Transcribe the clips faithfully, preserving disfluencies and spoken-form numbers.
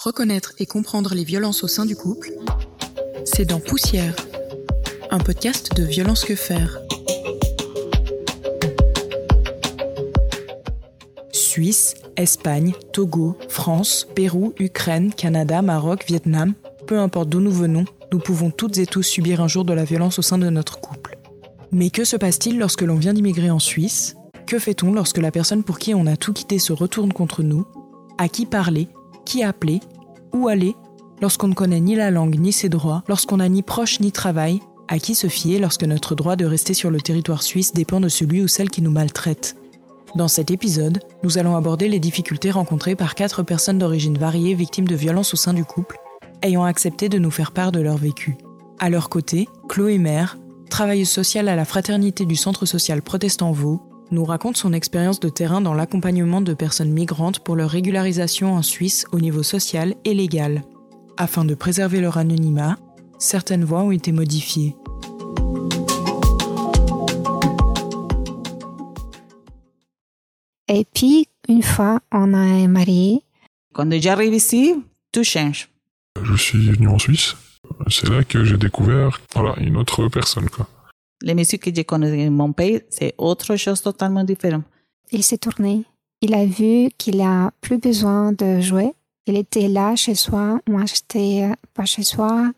reconnaître et comprendre les violences au sein du couple, c'est dans Poussière, un podcast de Violence que faire. Suisse, Espagne, Togo, France, Pérou, Ukraine, Canada, Maroc, Vietnam, peu importe d'où nous venons, nous pouvons toutes et tous subir un jour de la violence au sein de notre couple. Mais que se passe-t-il lorsque l'on vient d'immigrer en Suisse ? Que fait-on lorsque la personne pour qui on a tout quitté se retourne contre nous ? À qui parler ? Qui appeler ? Où aller ? Lorsqu'on ne connaît ni la langue ni ses droits, lorsqu'on n'a ni proche ni travail, à qui se fier lorsque notre droit de rester sur le territoire suisse dépend de celui ou celle qui nous maltraite ? Dans cet épisode, nous allons aborder les difficultés rencontrées par quatre personnes d'origine variée victimes de violences au sein du couple, ayant accepté de nous faire part de leur vécu. À leur côté, Chloé Maire, travailleuse sociale à la Fraternité du Centre social Protestant Vaud, nous raconte son expérience de terrain dans l'accompagnement de personnes migrantes pour leur régularisation en Suisse au niveau social et légal. Afin de préserver leur anonymat, certaines voix ont été modifiées. Et puis, une fois, on est mariés. Quand j'arrive ici, tout change. Je suis venu en Suisse. C'est là que j'ai découvert voilà, une autre personne, quoi. Les messieurs que j'ai connus dans mon pays, c'est autre chose totalement différent. Il s'est tourné. Il a vu qu'il n'a plus besoin de jouer. Il était là chez soi. Moi, j'étais pas chez soi.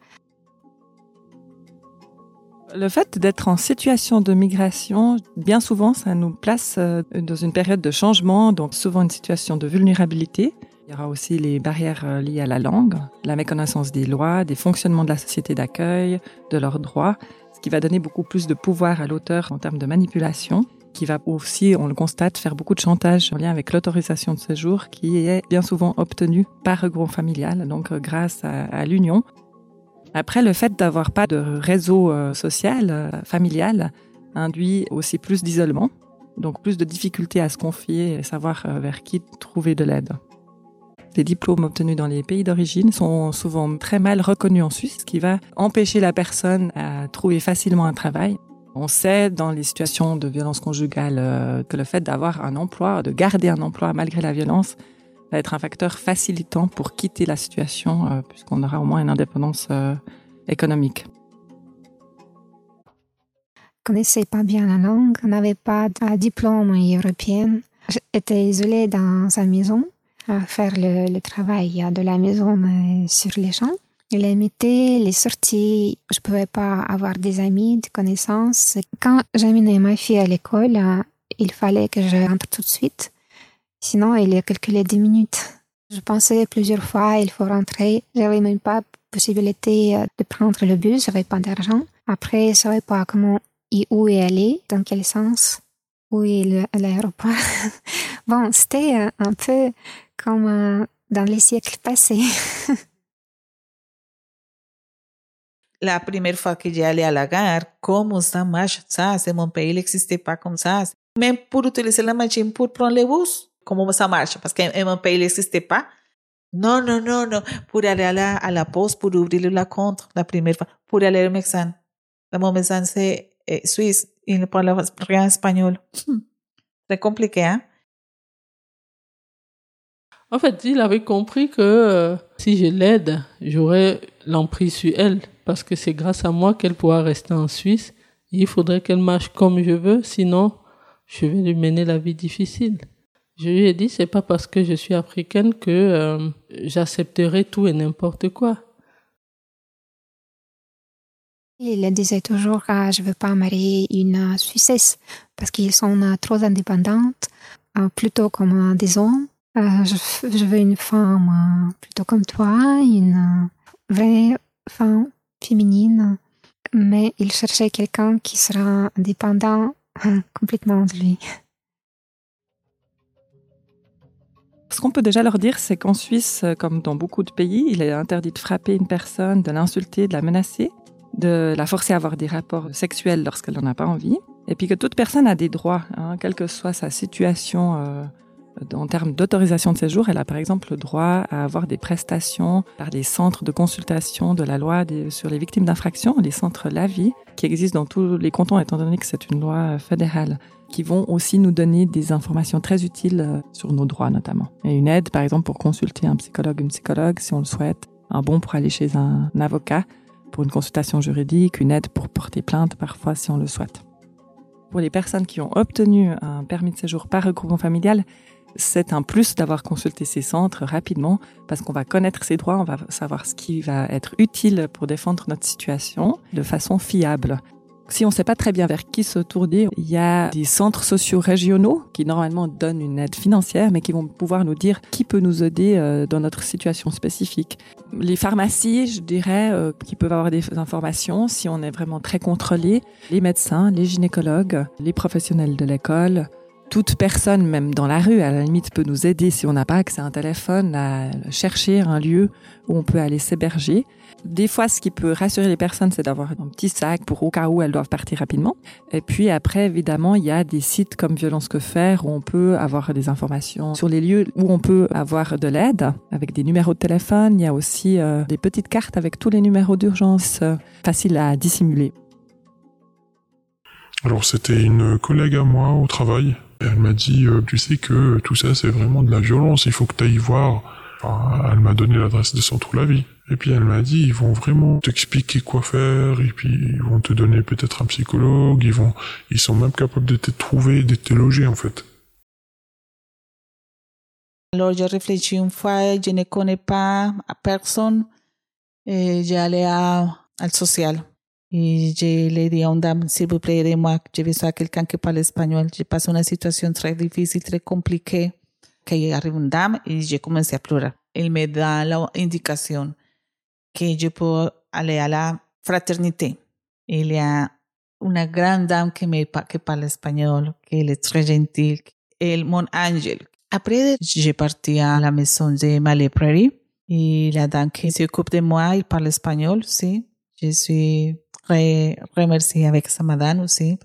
Le fait d'être en situation de migration, bien souvent, ça nous place dans une période de changement, donc souvent une situation de vulnérabilité. Il y aura aussi les barrières liées à la langue, la méconnaissance des lois, des fonctionnements de la société d'accueil, de leurs droits, ce qui va donner beaucoup plus de pouvoir à l'auteur en termes de manipulation, qui va aussi, on le constate, faire beaucoup de chantage en lien avec l'autorisation de séjour qui est bien souvent obtenue par regroupement familial, donc grâce à, à l'union. Après, le fait d'avoir pas de réseau euh, social, euh, familial, induit aussi plus d'isolement, donc plus de difficultés à se confier et savoir euh, vers qui trouver de l'aide. Les diplômes obtenus dans les pays d'origine sont souvent très mal reconnus en Suisse, ce qui va empêcher la personne à trouver facilement un travail. On sait dans les situations de violence conjugale euh, que le fait d'avoir un emploi, de garder un emploi malgré la violence, va être un facteur facilitant pour quitter la situation, euh, puisqu'on aura au moins une indépendance euh, économique. On ne connaissait pas bien la langue, on n'avait pas de diplôme européen. J'étais isolée dans sa maison, à faire le, le travail de la maison sur les champs. Les métiers, les sorties, je ne pouvais pas avoir des amis, des connaissances. Quand j'amenais ma fille à l'école, il fallait que je rentre tout de suite. Sinon, il a calculé dix minutes. Je pensais plusieurs fois, il faut rentrer. Je n'avais même pas possibilité de prendre le bus, je n'avais pas d'argent. Après, je ne savais pas comment et où y aller, dans quel sens, où est le, l'aéroport. Bon, c'était un peu comme dans les siècles passés. La première fois que j'ai allé à la gare, comment ça marche ça? C'est mon pays, il n'existait pas comme ça. Même pour utiliser la machine pour prendre le bus, comment ça marche? Parce que mon pays, il n'existait pas. Non, non, non, non. Pour aller à la, à la poste, pour ouvrir le compte, la première fois. Pour aller au médecin. Mon médecin, c'est eh, suisse. Il ne parle rien espagnol. C'est compliqué, hein? En fait, il avait compris que euh, si je l'aide, j'aurais l'emprise sur elle. Parce que c'est grâce à moi qu'elle pourra rester en Suisse. Il faudrait qu'elle marche comme je veux, sinon je vais lui mener la vie difficile. Je lui ai dit, c'est pas parce que je suis africaine que euh, j'accepterai tout et n'importe quoi. Il disait toujours que je ne veux pas marier une Suissesse parce qu'ils sont trop indépendantes, plutôt comme des hommes. Je, je veux une femme plutôt comme toi, une vraie femme féminine, mais il cherchait quelqu'un qui sera indépendant complètement de lui. Ce qu'on peut déjà leur dire, c'est qu'en Suisse, comme dans beaucoup de pays, il est interdit de frapper une personne, de l'insulter, de la menacer, de la forcer à avoir des rapports sexuels lorsqu'elle n'en a pas envie, et puis que toute personne a des droits, hein, quelle que soit sa situation euh, En termes d'autorisation de séjour, elle a par exemple le droit à avoir des prestations par des centres de consultation de la loi des, sur les victimes d'infractions, les centres LAVI, qui existent dans tous les cantons étant donné que c'est une loi fédérale, qui vont aussi nous donner des informations très utiles sur nos droits notamment. Et une aide par exemple pour consulter un psychologue, une psychologue si on le souhaite, un bon pour aller chez un, un avocat pour une consultation juridique, une aide pour porter plainte parfois si on le souhaite. Pour les personnes qui ont obtenu un permis de séjour par regroupement familial, c'est un plus d'avoir consulté ces centres rapidement parce qu'on va connaître ses droits, on va savoir ce qui va être utile pour défendre notre situation de façon fiable. Si on ne sait pas très bien vers qui se tourner, il y a des centres sociaux régionaux qui normalement donnent une aide financière, mais qui vont pouvoir nous dire qui peut nous aider dans notre situation spécifique. Les pharmacies, je dirais, euh, qui peuvent avoir des informations si on est vraiment très contrôlé. Les médecins, les gynécologues, les professionnels de l'école. Toute personne, même dans la rue, à la limite, peut nous aider si on n'a pas accès à un téléphone, à chercher un lieu où on peut aller s'héberger. Des fois, ce qui peut rassurer les personnes, c'est d'avoir un petit sac pour au cas où elles doivent partir rapidement. Et puis après, évidemment, il y a des sites comme Violence Que Faire où on peut avoir des informations sur les lieux où on peut avoir de l'aide avec des numéros de téléphone. Il y a aussi euh, des petites cartes avec tous les numéros d'urgence euh, faciles à dissimuler. Alors, c'était une collègue à moi au travail. Elle m'a dit, euh, tu sais que tout ça, c'est vraiment de la violence, il faut que tu ailles voir. Enfin, elle m'a donné l'adresse des centres LAVI. Et puis elle m'a dit, ils vont vraiment t'expliquer quoi faire, et puis ils vont te donner peut-être un psychologue, ils vont, ils sont même capables de te trouver, de te loger, en fait. Alors, j'ai réfléchi une fois, je ne connais pas à personne, et j'ai allé à, al social. Et je lui ai dit à une dame, s'il vous plaît, aidez-moi, j'ai besoin de quelqu'un qui parle espagnol. J'ai passé une situation très difficile, très compliquée. Qu'il arrive une dame et j'ai commencé à pleurer. Il me donne l'indication que je peux aller à la fraternité. Il y a une grande dame qui, me, qui parle espagnol, qui est très gentille, elle, mon angel. Après, j'ai parti à la maison de ma librairie et la dame qui s'occupe de moi, elle parle espagnol aussi. Je suis très remerciée avec sa madame aussi.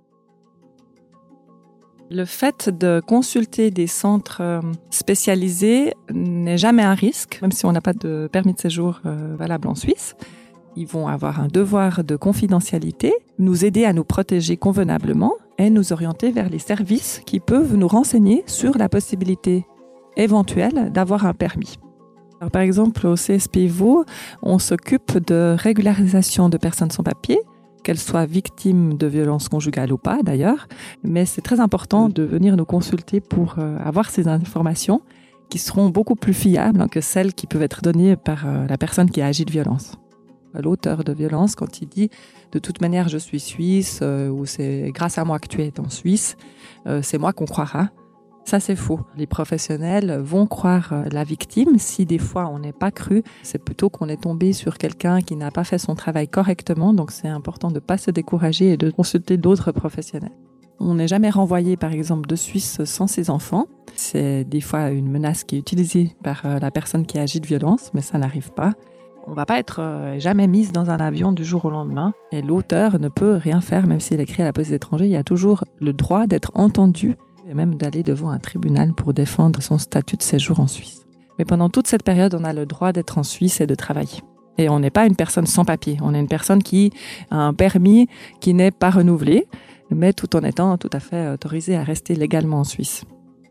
Le fait de consulter des centres spécialisés n'est jamais un risque, même si on n'a pas de permis de séjour valable en Suisse. Ils vont avoir un devoir de confidentialité, nous aider à nous protéger convenablement et nous orienter vers les services qui peuvent nous renseigner sur la possibilité éventuelle d'avoir un permis. Alors, par exemple, au C S P Vaud, on s'occupe de régularisation de personnes sans papier, qu'elles soient victimes de violences conjugales ou pas d'ailleurs, mais c'est très important de venir nous consulter pour euh, avoir ces informations qui seront beaucoup plus fiables que celles qui peuvent être données par euh, la personne qui a agi de violence. L'auteur de violence, quand il dit « de toute manière je suis suisse euh, » ou « c'est grâce à moi que tu es en Suisse euh, », c'est moi qu'on croira. Ça, c'est faux. Les professionnels vont croire la victime. Si des fois on n'est pas cru, c'est plutôt qu'on est tombé sur quelqu'un qui n'a pas fait son travail correctement. Donc, c'est important de ne pas se décourager et de consulter d'autres professionnels. On n'est jamais renvoyé, par exemple, de Suisse sans ses enfants. C'est des fois une menace qui est utilisée par la personne qui agit de violence, mais ça n'arrive pas. On ne va pas être jamais mise dans un avion du jour au lendemain. Et l'auteur ne peut rien faire, même s'il écrit à la police étrangère. Il y a toujours le droit d'être entendu et même d'aller devant un tribunal pour défendre son statut de séjour en Suisse. Mais pendant toute cette période, on a le droit d'être en Suisse et de travailler. Et on n'est pas une personne sans papier, on est une personne qui a un permis qui n'est pas renouvelé, mais tout en étant tout à fait autorisée à rester légalement en Suisse.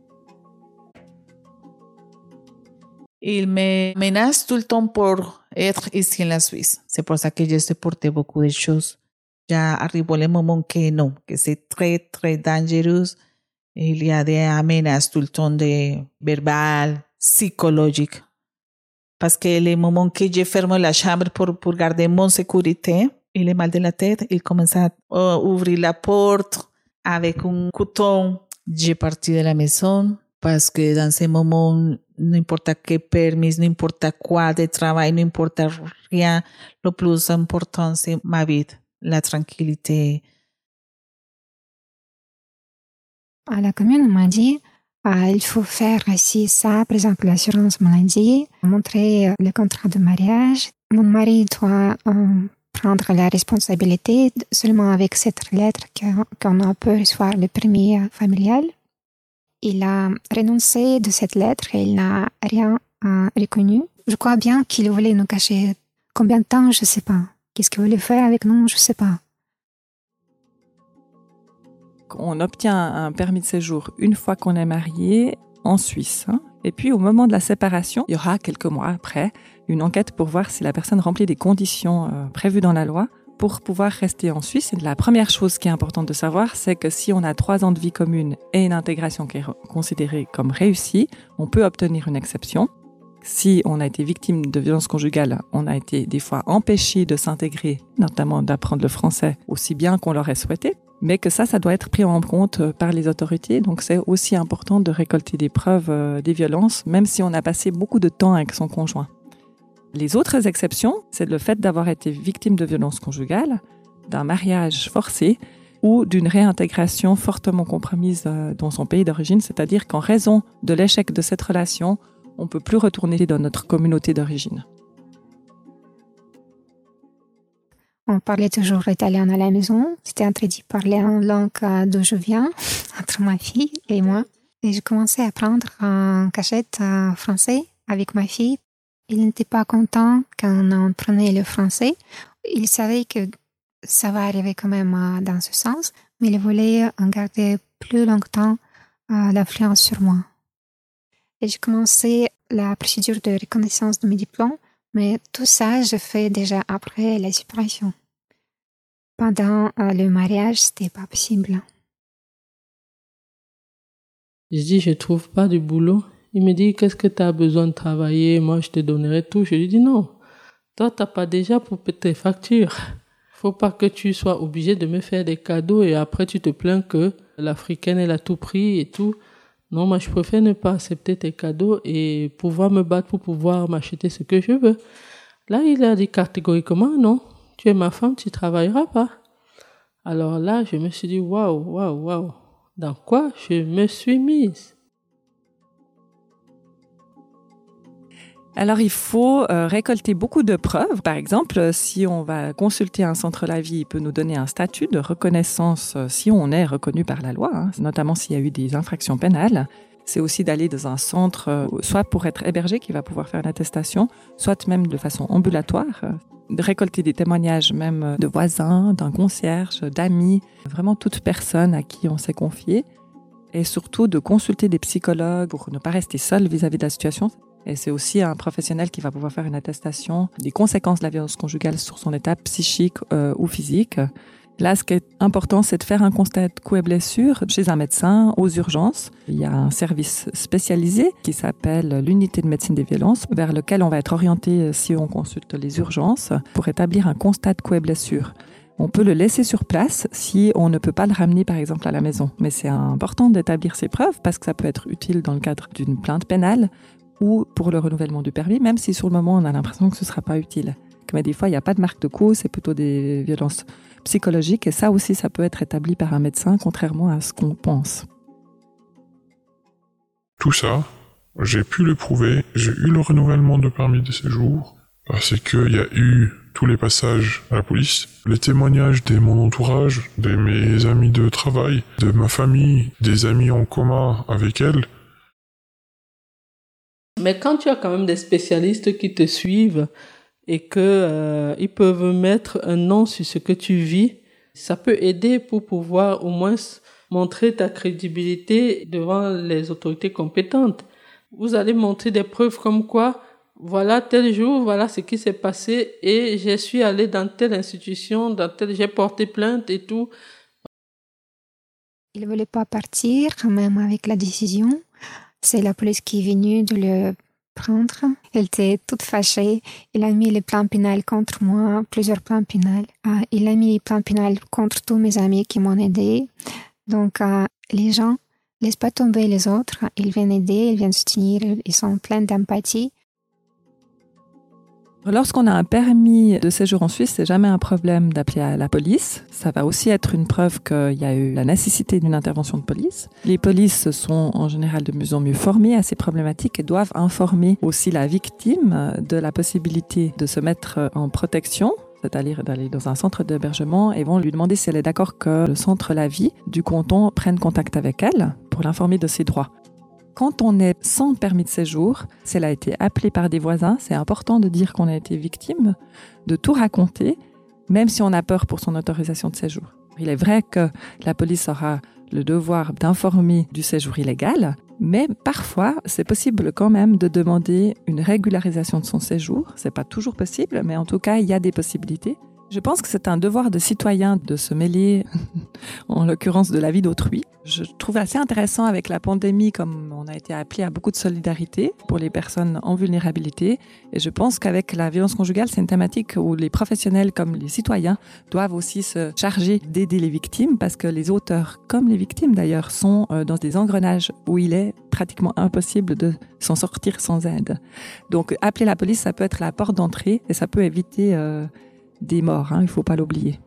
Il me menace tout le temps pour être ici en la Suisse. C'est pour ça que je supporte beaucoup de choses. Ya arrivó le moment que non, que c'est très, très dangereux. Il y a des amenaces tout le temps de verbal, psychologique. Parce que le moment que je ferme la chambre pour, pour garder mon sécurité, il est mal de la tête, il commence à uh, ouvrir la porte avec un couteau. J'ai parti de la maison parce que dans ce moment, n'importe quel permis, n'importe quoi de travail, n'importe rien, le plus important, c'est ma vie, la tranquillité. À la commune, on m'a dit euh, il faut faire aussi ça, par exemple l'assurance maladie, montrer le contrat de mariage. Mon mari doit euh, prendre la responsabilité seulement avec cette lettre qu'on a pu recevoir le permis familial. il a renoncé de cette lettre et il n'a rien euh, reconnu. Je crois bien qu'il voulait nous cacher. Combien de temps, je ne sais pas. Qu'est-ce qu'il voulait faire avec nous, je ne sais pas. On obtient un permis de séjour une fois qu'on est marié en Suisse. Hein. Et puis au moment de la séparation, il y aura quelques mois après une enquête pour voir si la personne remplit les conditions euh, prévues dans la loi pour pouvoir rester en Suisse. Et la première chose qui est importante de savoir, c'est que si on a trois ans de vie commune et une intégration qui est considérée comme réussie, on peut obtenir une exception. Si on a été victime de violences conjugales, on a été des fois empêché de s'intégrer, notamment d'apprendre le français aussi bien qu'on l'aurait souhaité. Mais que ça, ça doit être pris en compte par les autorités. Donc, c'est aussi important de récolter des preuves euh, des violences, même si on a passé beaucoup de temps avec son conjoint. Les autres exceptions, c'est le fait d'avoir été victime de violences conjugales, d'un mariage forcé ou d'une réintégration fortement compromise euh, dans son pays d'origine. C'est-à-dire qu'en raison de l'échec de cette relation, on ne peut plus retourner dans notre communauté d'origine. On parlait toujours italien à la maison. C'était interdit de parler en langue d'où je viens, entre ma fille et moi. Et je commençais à apprendre en cachette en français avec ma fille. Il n'était pas content quand on apprenait le français. Il savait que ça va arriver quand même dans ce sens, mais il voulait en garder plus longtemps l'influence sur moi. Et j'ai commencé la procédure de reconnaissance de mes diplômes. Mais tout ça, je fais déjà après la séparation. Pendant euh, le mariage, c'était pas possible. Je dis, je trouve pas de boulot. Il me dit, qu'est-ce que tu as besoin de travailler? Moi, je te donnerai tout. Je lui dis, non. Toi, t'as pas déjà pour tes factures. Faut pas que tu sois obligé de me faire des cadeaux et après tu te plains que l'Africaine, elle a tout pris et tout. Non, moi, je préfère ne pas accepter tes cadeaux et pouvoir me battre pour pouvoir m'acheter ce que je veux. Là, il a dit catégoriquement, non, tu es ma femme, tu ne travailleras pas. Alors là, je me suis dit, waouh, waouh, waouh, dans quoi je me suis mise? Alors, il faut euh, récolter beaucoup de preuves. Par exemple, si on va consulter un centre la vie, il peut nous donner un statut de reconnaissance euh, si on est reconnu par la loi, hein, notamment s'il y a eu des infractions pénales. C'est aussi d'aller dans un centre, euh, soit pour être hébergé, qui va pouvoir faire l'attestation, soit même de façon ambulatoire, euh, de récolter des témoignages même de voisins, d'un concierge, d'amis, vraiment toute personne à qui on s'est confié. Et surtout de consulter des psychologues pour ne pas rester seul vis-à-vis de la situation. Et c'est aussi un professionnel qui va pouvoir faire une attestation des conséquences de la violence conjugale sur son état psychique euh, ou physique. Là, ce qui est important, c'est de faire un constat de coups et blessures chez un médecin aux urgences. Il y a un service spécialisé qui s'appelle l'unité de médecine des violences, vers lequel on va être orienté si on consulte les urgences pour établir un constat de coups et blessures. On peut le laisser sur place si on ne peut pas le ramener, par exemple, à la maison. Mais c'est important d'établir ces preuves parce que ça peut être utile dans le cadre d'une plainte pénale ou pour le renouvellement du permis, même si sur le moment, on a l'impression que ce ne sera pas utile. Mais des fois, il n'y a pas de marque de coup, c'est plutôt des violences psychologiques. Et ça aussi, ça peut être établi par un médecin, contrairement à ce qu'on pense. Tout ça, j'ai pu le prouver. J'ai eu le renouvellement de permis de séjour. C'est qu'il y a eu tous les passages à la police, les témoignages de mon entourage, de mes amis de travail, de ma famille, des amis en commun avec elle. Mais quand tu as quand même des spécialistes qui te suivent et que euh, ils peuvent mettre un nom sur ce que tu vis, ça peut aider pour pouvoir au moins montrer ta crédibilité devant les autorités compétentes. Vous allez montrer des preuves comme quoi, voilà tel jour, voilà ce qui s'est passé et je suis allé dans telle institution, dans telle, j'ai porté plainte et tout. Il ne voulait pas partir, même avec la décision. C'est la police qui est venue de le prendre. Elle était toute fâchée. Il a mis les plans pénals contre moi, plusieurs plans pénals. Ah, il a mis les plans pénals contre tous mes amis qui m'ont aidé. Donc, euh, les gens ne laissent pas tomber les autres. Ils viennent aider, ils viennent soutenir, ils sont pleins d'empathie. Lorsqu'on a un permis de séjour en Suisse, c'est jamais un problème d'appeler à la police. Ça va aussi être une preuve qu'il y a eu la nécessité d'une intervention de police. Les polices sont en général de mieux en mieux formées à ces problématiques et doivent informer aussi la victime de la possibilité de se mettre en protection c'est-à-dire d'aller dans un centre d'hébergement et vont lui demander si elle est d'accord que le centre La Vie du canton prenne contact avec elle pour l'informer de ses droits. Quand on est sans permis de séjour, si elle a été appelée par des voisins, c'est important de dire qu'on a été victime, de tout raconter, même si on a peur pour son autorisation de séjour. Il est vrai que la police aura le devoir d'informer du séjour illégal, mais parfois, c'est possible quand même de demander une régularisation de son séjour. C'est pas toujours possible, mais en tout cas, il y a des possibilités. Je pense que c'est un devoir de citoyen de se mêler, en l'occurrence de la vie d'autrui. Je trouve assez intéressant avec la pandémie, comme on a été appelé à beaucoup de solidarité pour les personnes en vulnérabilité. Et je pense qu'avec la violence conjugale, c'est une thématique où les professionnels comme les citoyens doivent aussi se charger d'aider les victimes, parce que les auteurs, comme les victimes d'ailleurs, sont dans des engrenages où il est pratiquement impossible de s'en sortir sans aide. Donc appeler la police, ça peut être la porte d'entrée et ça peut éviter euh, des morts, hein, il ne faut pas l'oublier.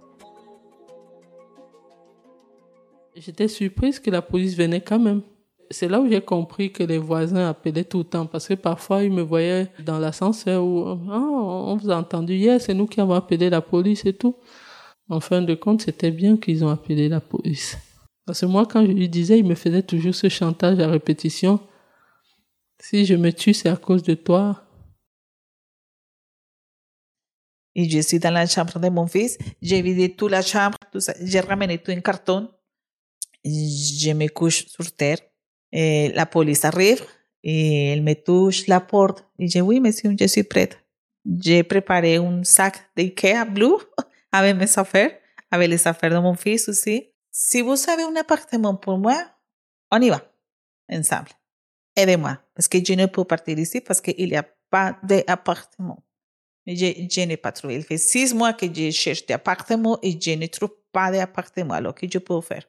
J'étais surprise que la police venait quand même. C'est là où j'ai compris que les voisins appelaient tout le temps, parce que parfois ils me voyaient dans l'ascenseur où ah, on vous a entendu hier, c'est nous qui avons appelé la police et tout. En fin de compte, c'était bien qu'ils ont appelé la police. Parce que moi, quand je lui disais, il me faisait toujours ce chantage à répétition. Si je me tue, c'est à cause de toi. Et je suis dans la chambre de mon fils, j'ai vidé toute la chambre, tout ça, j'ai ramené tout en carton, je me couche sur terre, et la police arrive, et elle me touche la porte, et je dis oui monsieur, je suis prête. J'ai préparé un sac d'Ikea bleu avec mes affaires, avec les affaires de mon fils aussi. Si vous avez un appartement pour moi, on y va, ensemble. Aidez-moi, parce que je ne peux partir ici parce qu'il n'y a pas d'appartement. Je, je n'ai pas trouvé. Il fait six mois que je cherche des appartements et je ne trouve pas d'appartement. Alors, que je peux faire?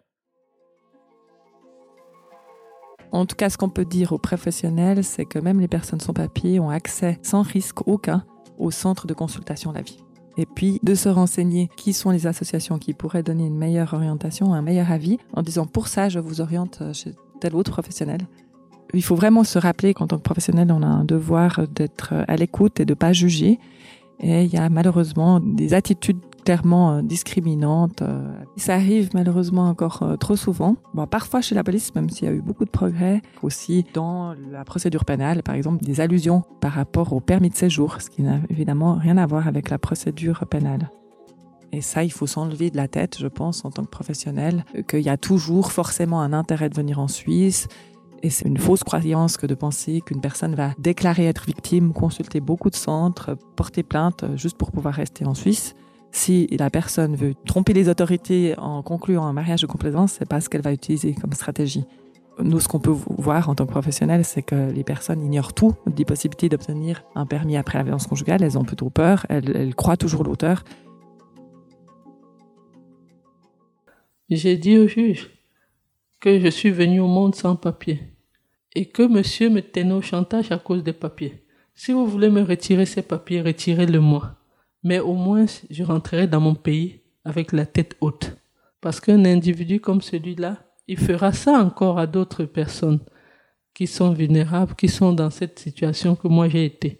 En tout cas, ce qu'on peut dire aux professionnels, c'est que même les personnes sans papier ont accès sans risque aucun au centre de consultation La Vie. Et puis, de se renseigner qui sont les associations qui pourraient donner une meilleure orientation, un meilleur avis, en disant pour ça, je vous oriente chez tel autre professionnel. Il faut vraiment se rappeler qu'en tant que professionnel, on a un devoir d'être à l'écoute et de ne pas juger. Et il y a malheureusement des attitudes clairement discriminantes. Ça arrive malheureusement encore trop souvent. Bon, parfois chez la police, même s'il y a eu beaucoup de progrès, aussi dans la procédure pénale, par exemple, des allusions par rapport au permis de séjour, ce qui n'a évidemment rien à voir avec la procédure pénale. Et ça, il faut s'enlever de la tête, je pense, en tant que professionnel, qu'il y a toujours forcément un intérêt de venir en Suisse. Et c'est une fausse croyance que de penser qu'une personne va déclarer être victime, consulter beaucoup de centres, porter plainte juste pour pouvoir rester en Suisse. Si la personne veut tromper les autorités en concluant un mariage de complaisance, c'est pas ce qu'elle va utiliser comme stratégie. Nous, ce qu'on peut voir en tant que professionnels, c'est que les personnes ignorent tout des possibilités d'obtenir un permis après la violence conjugale. Elles ont plutôt peur, elles, elles croient toujours l'auteur. J'ai dit au juge que je suis venue au monde sans papier et que monsieur me tenait au chantage à cause des papiers. Si vous voulez me retirer ces papiers, retirez-le-moi. Mais au moins, je rentrerai dans mon pays avec la tête haute. Parce qu'un individu comme celui-là, il fera ça encore à d'autres personnes qui sont vulnérables, qui sont dans cette situation que moi j'ai été.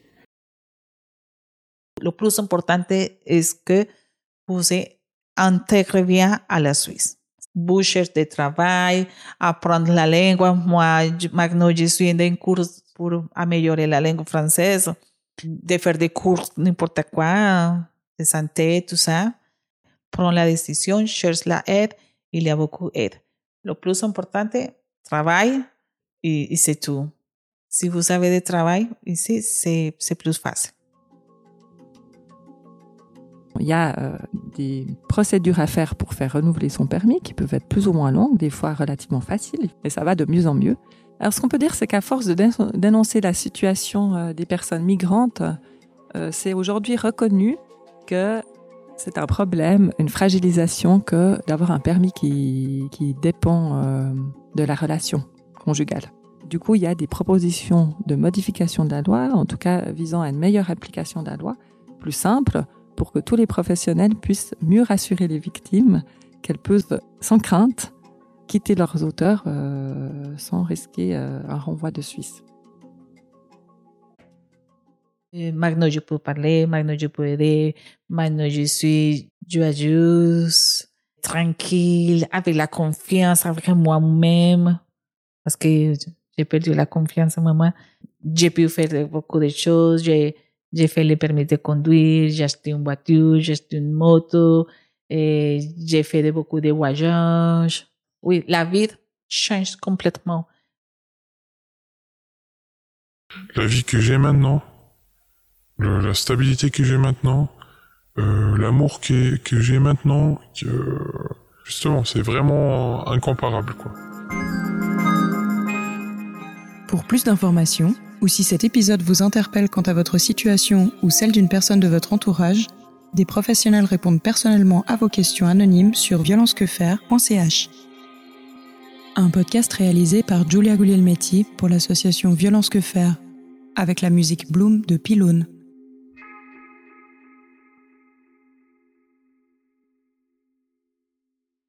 Le plus important est que vous intégrez bien à la Suisse. Vous cherchez du travail, apprendre la langue. Moi, maintenant, je suis dans un cours pour améliorer la langue française, de faire des cours, n'importe quoi, de santé, tout ça. Prends la décision, cherche la aide, il y a beaucoup d'aide. Le plus important, travail, et, et c'est tout. Si vous avez du travail, ici, c'est, c'est plus facile. Il y a euh, des procédures à faire pour faire renouveler son permis qui peuvent être plus ou moins longues, des fois relativement faciles, et ça va de mieux en mieux. Alors ce qu'on peut dire, c'est qu'à force de dénoncer la situation euh, des personnes migrantes, euh, c'est aujourd'hui reconnu que c'est un problème, une fragilisation que d'avoir un permis qui, qui dépend euh, de la relation conjugale. Du coup, il y a des propositions de modification de la loi, en tout cas visant à une meilleure application de la loi, plus simple, pour que tous les professionnels puissent mieux rassurer les victimes, qu'elles peuvent, sans crainte, quitter leurs auteurs euh, sans risquer euh, un renvoi de Suisse. Et maintenant, je peux parler, maintenant, je peux aider, maintenant, je suis joyeuse, tranquille, avec la confiance avec moi-même, parce que j'ai perdu la confiance en moi. J'ai pu faire beaucoup de choses, j'ai, j'ai fait le permis de conduire, j'ai acheté une voiture, j'ai acheté une moto, et j'ai fait de, beaucoup de voyages. Oui, la vie change complètement. La vie que j'ai maintenant, le, la stabilité que j'ai maintenant, euh, l'amour que, que j'ai maintenant, que, justement, c'est vraiment incomparable, quoi. Pour plus d'informations, ou si cet épisode vous interpelle quant à votre situation ou celle d'une personne de votre entourage, des professionnels répondent personnellement à vos questions anonymes sur violence que faire point c h. Un podcast réalisé par Giulia Guglielmetti pour l'association Violence que faire, avec la musique Bloom de Pylone.